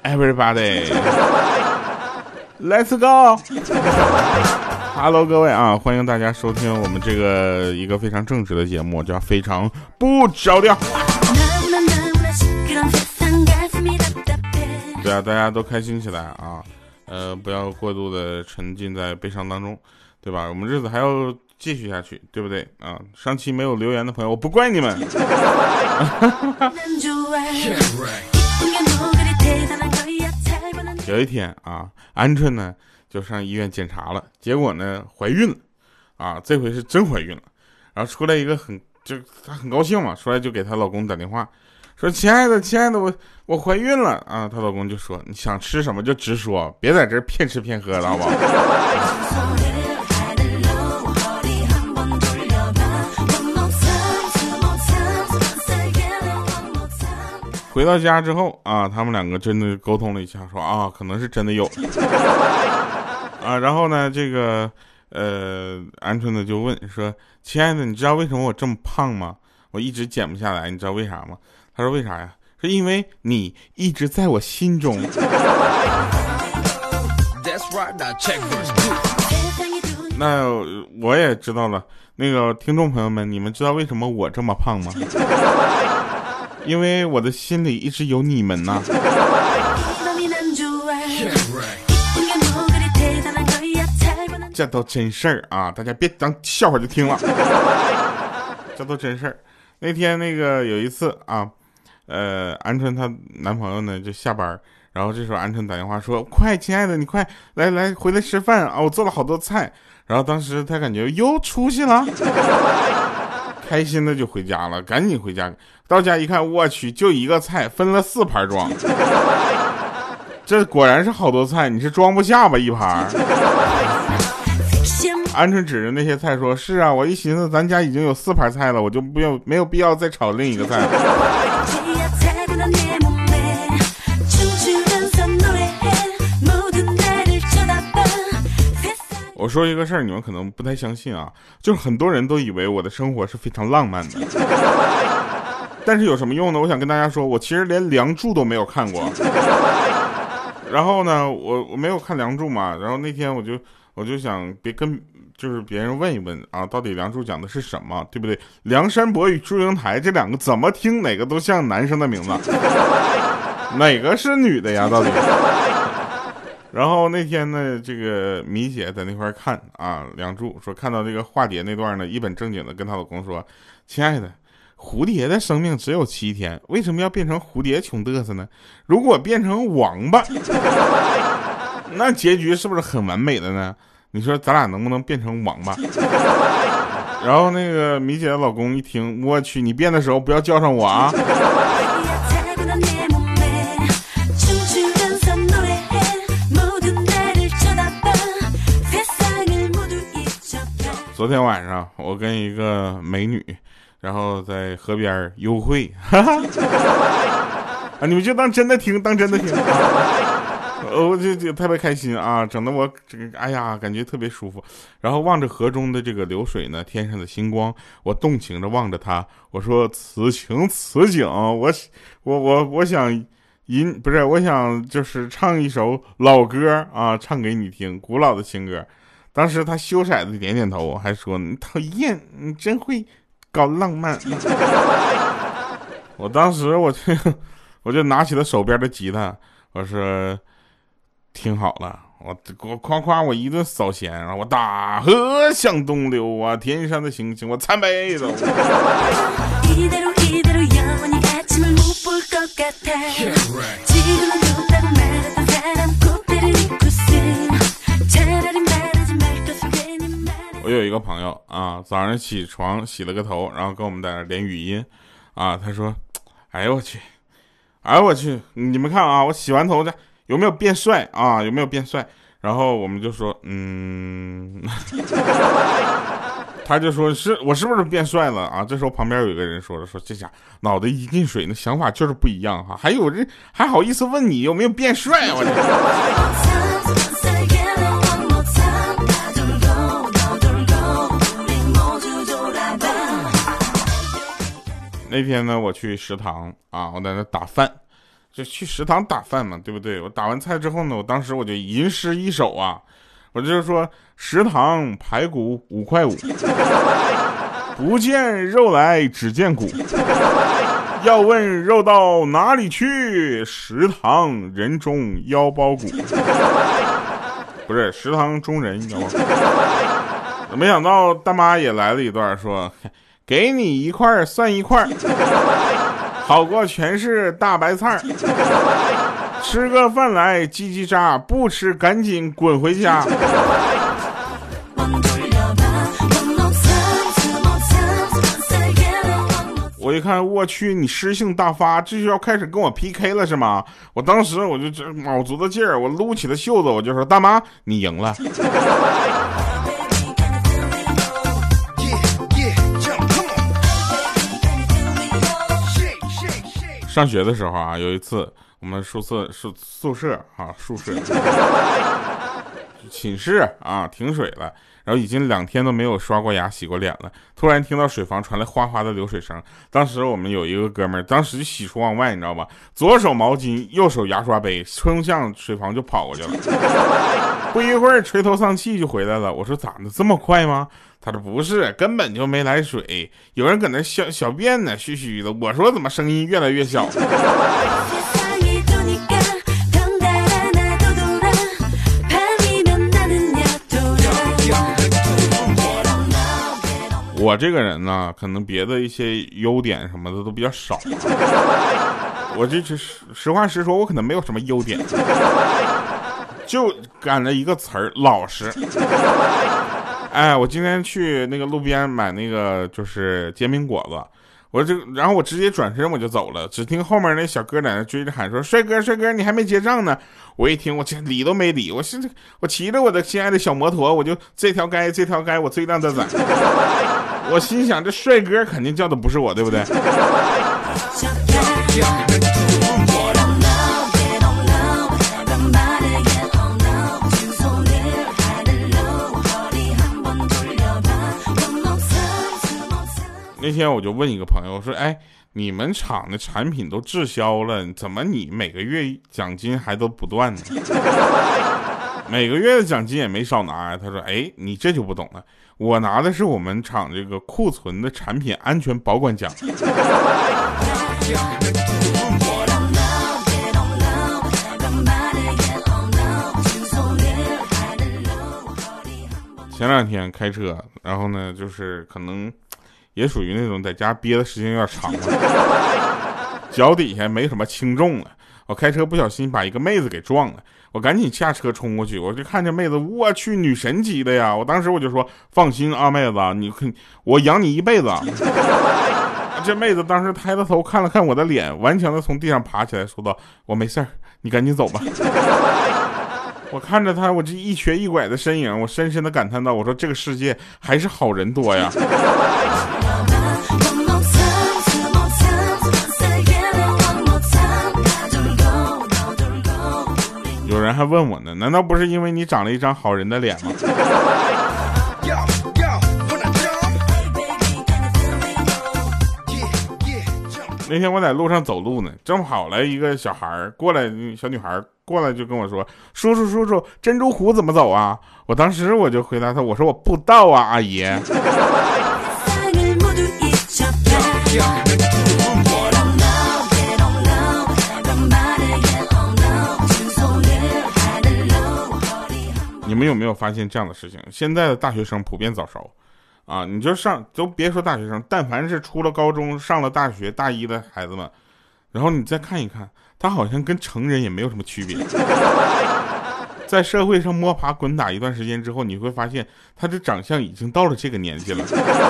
Everybody Let's go Hello 各位啊，欢迎大家收听我们这个一个非常正直的节目，叫非常不着调。对啊，大家都开心起来啊，不要过度的沉浸在悲伤当中，对吧？我们日子还要继续下去，对不对啊？上期没有留言的朋友，我不怪你们。有一天啊，鹌鹑呢就上医院检查了，结果呢怀孕了啊，这回是真怀孕了。然后出来一个她很高兴嘛，出来就给她老公打电话，说亲爱的，我怀孕了啊。她老公就说你想吃什么就直说，别在这儿骗吃骗喝的好不好？回到家之后啊，他们两个真的沟通了一下，说啊，可能是真的有啊。然后呢，这个鹌鹑呢就问说，亲爱的，你知道为什么我这么胖吗？我一直减不下来，你知道为啥吗？他说为啥呀？是因为你一直在我心中。那我也知道了，那个听众朋友们，你们知道为什么我这么胖吗？因为我的心里一直有你们呐。这都真事儿啊，大家别当笑话就听了。这都真事儿。那天那个有一次啊，鹌鹑她男朋友呢就下班，然后这时候鹌鹑打电话说，快，亲爱的，你快来回来吃饭啊，我做了好多菜。然后当时他感觉又出息了。开心的就回家了，赶紧回家。到家一看，我去，就一个菜分了4盘装。这果然是好多菜，你是装不下吧一盘？鹌鹑指着那些菜说，是啊，我一寻思咱家已经有4盘菜了，我就没有必要再炒另一个菜了。我说一个事儿，你们可能不太相信啊，就是很多人都以为我的生活是非常浪漫的，但是有什么用呢？我想跟大家说，我其实连《梁祝》都没有看过。然后呢，我没有看《梁祝》嘛，然后那天我就想就是别人问一问啊，到底《梁祝》讲的是什么，对不对？梁山伯与祝英台这两个怎么听哪个都像男生的名字，哪个是女的呀？到底？然后那天呢，这个米姐在那块看啊，梁祝说看到这个化蝶那段呢，一本正经的跟她老公说，亲爱的，蝴蝶的生命只有7天，为什么要变成蝴蝶穷嘚瑟呢？如果变成王八，那结局是不是很完美的呢？你说咱俩能不能变成王八？然后那个米姐的老公一听，我去，你变的时候不要叫上我啊。昨天晚上我跟一个美女，然后在河边幽会，啊，你们就当真的听，当真的听，我就特别开心啊，整得我这个哎呀，感觉特别舒服。然后望着河中的这个流水呢，天上的星光，我动情着望着它，我说此情此景，我想我想就是唱一首老歌啊，唱给你听，古老的情歌。当时他羞色的点点头，还说你讨厌，你真会搞浪漫。我当时我就拿起了手边的吉他，我说听好了，我夸我一顿扫弦，然后我大河向东流啊，天上的星星我参北斗。我有一个朋友啊，早上起床洗了个头，然后跟我们在那连语音啊，他说哎呦我去，你们看啊，我洗完头有没有变帅啊，有没有变帅？然后我们就说他就说我是不是变帅了啊？这时候旁边有一个人说这家脑袋一进水，那想法就是不一样哈，还好意思问你有没有变帅啊？我那天呢，我去食堂啊，我在那打饭， 就去食堂打饭嘛，对不对？我打完菜之后呢，我当时我就吟诗一首啊，我就说食堂排骨5块5，不见肉来只见骨，要问肉到哪里去？食堂人中腰包骨，不是食堂中人腰包骨。没想到大妈也来了一段，说给你一块算一块，好过全是大白菜，吃个饭来叽叽喳，不吃赶紧滚回家。我一看，我去，你诗性大发，这就要开始跟我 PK 了是吗？我当时我就这卯足了劲儿，我撸起了袖子，我就说大妈你赢了。上学的时候啊，有一次我们宿舍寝室啊停水了，然后已经2天都没有刷过牙洗过脸了，突然听到水房传来哗哗的流水声。当时我们有一个哥们儿，当时就喜出望外，你知道吧，左手毛巾右手牙刷杯，冲向水房就跑过去了。不一会儿垂头丧气就回来了。我说咋的这么快吗？他说不是，根本就没来水，有人搁那小便呢，嘘嘘的。我说怎么声音越来越小？我这个人呢，可能别的一些优点什么的都比较少，我这实话实说，我可能没有什么优点，就赶着一个词儿，老实。哎，我今天去那个路边买那个就是煎饼果子，然后我直接转身我就走了，只听后面那小哥在那追着喊说：“帅哥，帅哥，你还没结账呢！”我一听，我理都没理，我骑着我的心爱的小摩托，我就这条街我最靓的仔。我心想，这帅哥肯定叫的不是我，对不对？那天我就问一个朋友，我说：“哎，你们厂的产品都滞销了，怎么你每个月奖金还都不断呢？每个月的奖金也没少拿呀。”他说：“哎，你这就不懂了，我拿的是我们厂这个库存的产品安全保管奖。”前2天开车，然后呢，就是可能也属于那种在家憋的时间有点长了，脚底下没什么轻重了。我开车不小心把一个妹子给撞了，我赶紧下车冲过去，我就看这妹子，我去，女神级的呀！我当时我就说：“放心啊，妹子，我养你一辈子。”这妹子当时抬着头看了看我的脸，顽强的从地上爬起来，说道：“我没事儿，你赶紧走吧。”我看着她，我这一瘸一拐的身影，我深深的感叹到：“我说这个世界还是好人多呀。”有人还问我呢，难道不是因为你长了一张好人的脸吗？那天我在路上走路呢，正好来一个小孩过来，小女孩过来就跟我说：“叔叔，珍珠湖怎么走啊？”我当时我就回答他，我说：“我不知道啊，阿姨。”你们有没有发现这样的事情？现在的大学生普遍早熟啊！你就都别说大学生，但凡是出了高中上了大学大一的孩子们，然后你再看一看，他好像跟成人也没有什么区别。在社会上摸爬滚打一段时间之后，你会发现他的长相已经到了这个年纪了。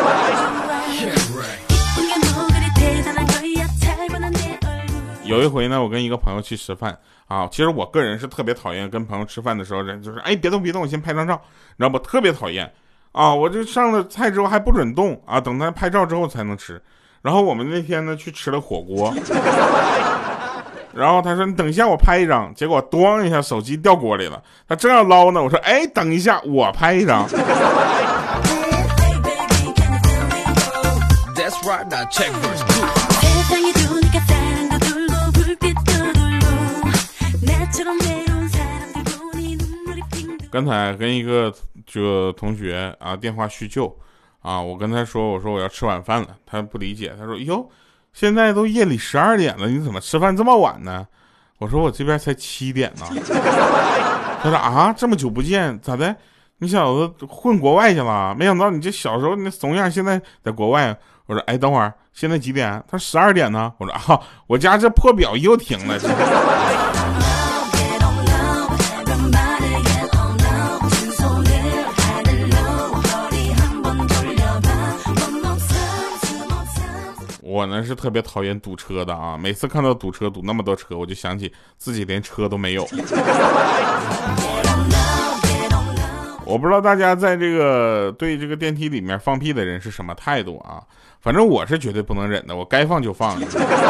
有一回呢，我跟一个朋友去吃饭啊，其实我个人是特别讨厌跟朋友吃饭的时候，人就是哎别动，我先拍张照，你知道不？特别讨厌啊！我这上了菜之后还不准动啊，等他拍照之后才能吃。然后我们那天呢去吃了火锅，然后他说你等一下我拍一张，结果咣一下手机掉锅里了，他正要捞呢，我说哎等一下我拍一张。 刚才跟一个这个同学啊电话叙旧啊，我跟他说，我说我要吃晚饭了，他不理解，他说哟，现在都夜里12点了，你怎么吃饭这么晚呢？我说我这边才7点呢。他说啊，这么久不见，咋的？你小子混国外去了？没想到你这小时候那怂样，现在在国外。我说哎，等会儿，现在几点？他说12点呢。我说啊，我家这破表又停了。我呢是特别讨厌堵车的啊，每次看到堵车堵那么多车，我就想起自己连车都没有。我不知道大家在这个对这个电梯里面放屁的人是什么态度啊？反正我是绝对不能忍的，我该放就放。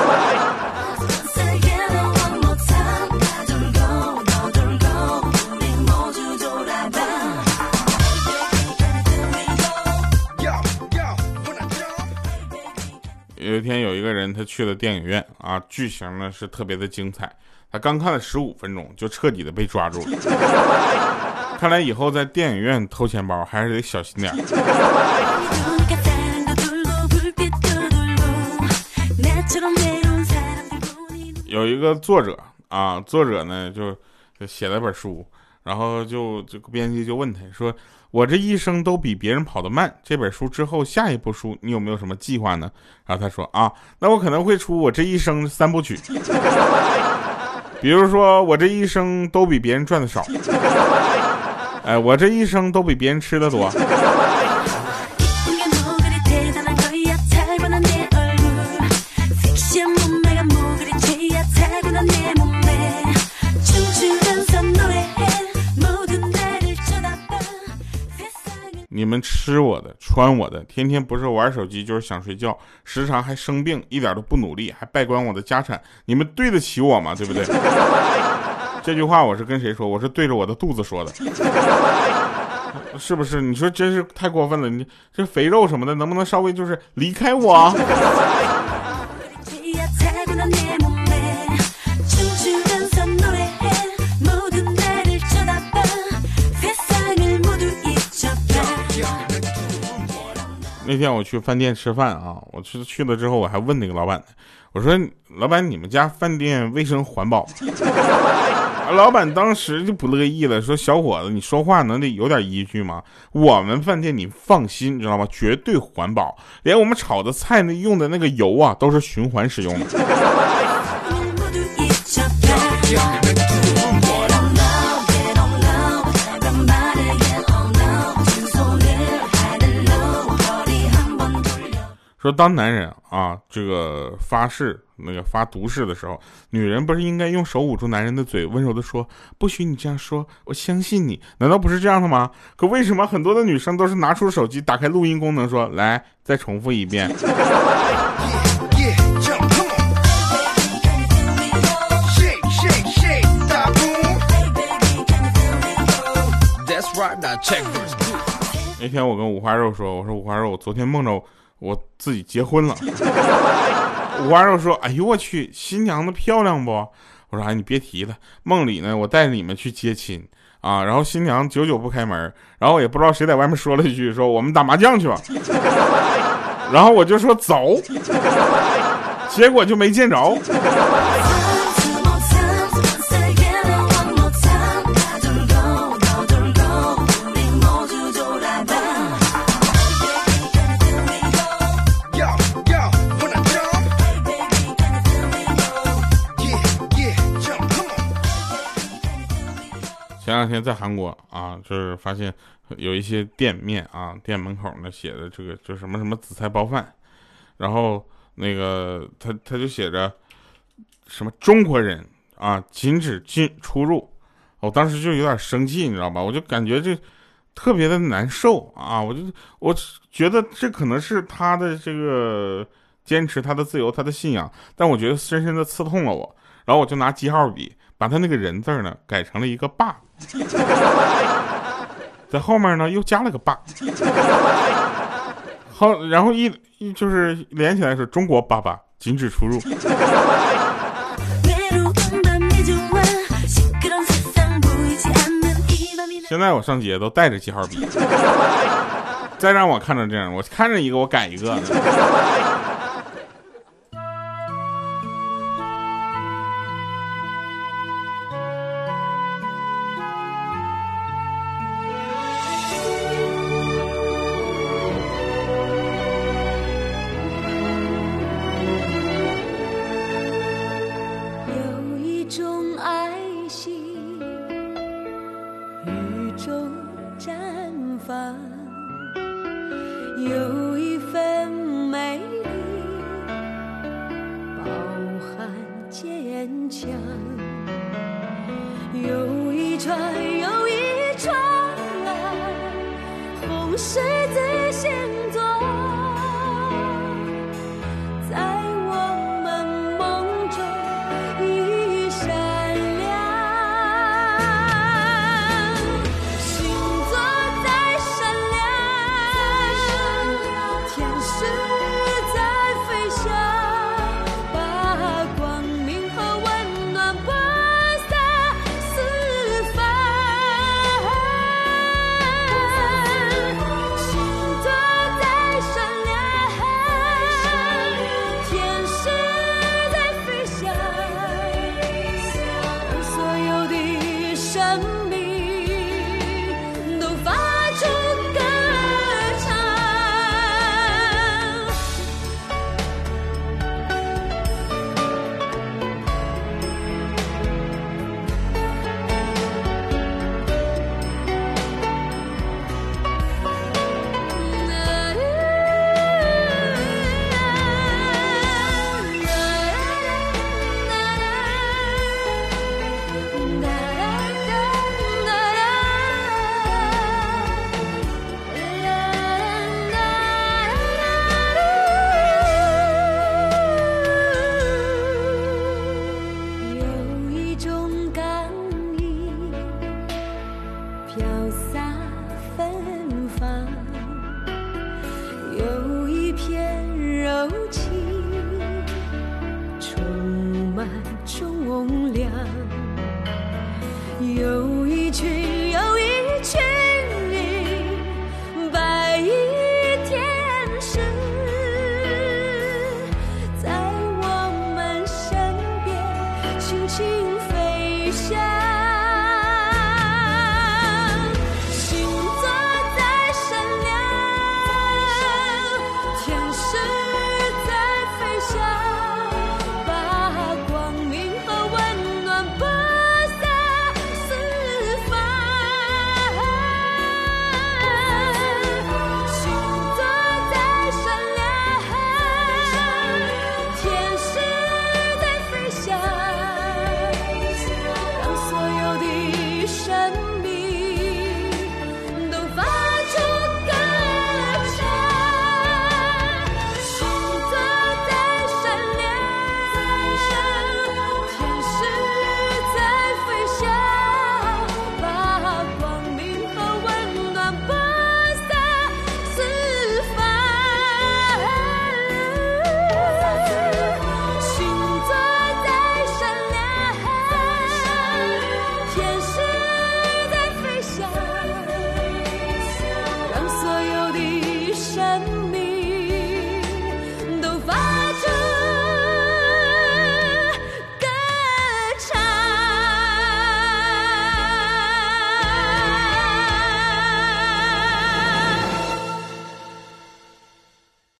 有一天有一个人他去了电影院啊，剧情呢是特别的精彩，他刚看了15分钟就彻底的被抓住了。看来以后在电影院偷钱包还是得小心点。有一个作者啊，作者呢就写了本书，然后就这个编辑就问他说，我这一生都比别人跑得慢，这本书之后下一部书你有没有什么计划呢？然后他说啊，那我可能会出我这一生3部曲。比如说我这一生都比别人赚的少，哎，我这一生都比别人吃的多。你们吃我的穿我的，天天不是玩手机就是想睡觉，时常还生病，一点都不努力，还败光我的家产，你们对得起我吗？对不对？这句话我是跟谁说？我是对着我的肚子说的。是不是？你说真是太过分了，你这肥肉什么的能不能稍微就是离开我？那天我去饭店吃饭啊，我去了之后，我还问那个老板呢，我说老板，你们家饭店卫生环保吗？老板当时就不乐意了，说小伙子，你说话能得有点依据吗？我们饭店你放心，你知道吗？绝对环保，连我们炒的菜那用的那个油啊，都是循环使用的。说当男人啊，这个发誓那个发毒誓的时候，女人不是应该用手捂住男人的嘴，温柔的说不许你这样说，我相信你，难道不是这样的吗？可为什么很多的女生都是拿出手机打开录音功能说来再重复一遍？那天我跟五花肉说，我说五花肉，我昨天梦着我自己结婚了。五花肉说，哎呦我去，新娘子漂亮不？我说哎，你别提了，梦里呢我带着你们去接亲啊，然后新娘久久不开门，然后也不知道谁在外面说了一句，说我们打麻将去吧。然后我就说走，结果就没见着。前两天在韩国啊，就是发现有一些店面啊，店门口呢写的这个就什么什么紫菜包饭，然后那个他就写着什么中国人啊禁止出入，我当时就有点生气，你知道吧？我就感觉这特别的难受啊！我觉得这可能是他的这个坚持他的自由，他的信仰，但我觉得深深的刺痛了我。然后我就拿记号笔把他那个人字呢改成了一个爸，在后面呢又加了个爸，好，然后就是连起来是中国爸爸禁止出入。 现在我上街都带着记号笔，再让我看着这样，我看着一个我改一个。 有一份美丽饱含坚强，有一串红十字星座在我们梦中一闪亮，星座在闪亮，天使在飞翔，把光明和温暖播撒四方。星座在闪亮，天使在飞翔，所有的生命都发出歌唱。有一种刚毅飘洒芬芳，有一片柔情充满重量，有一群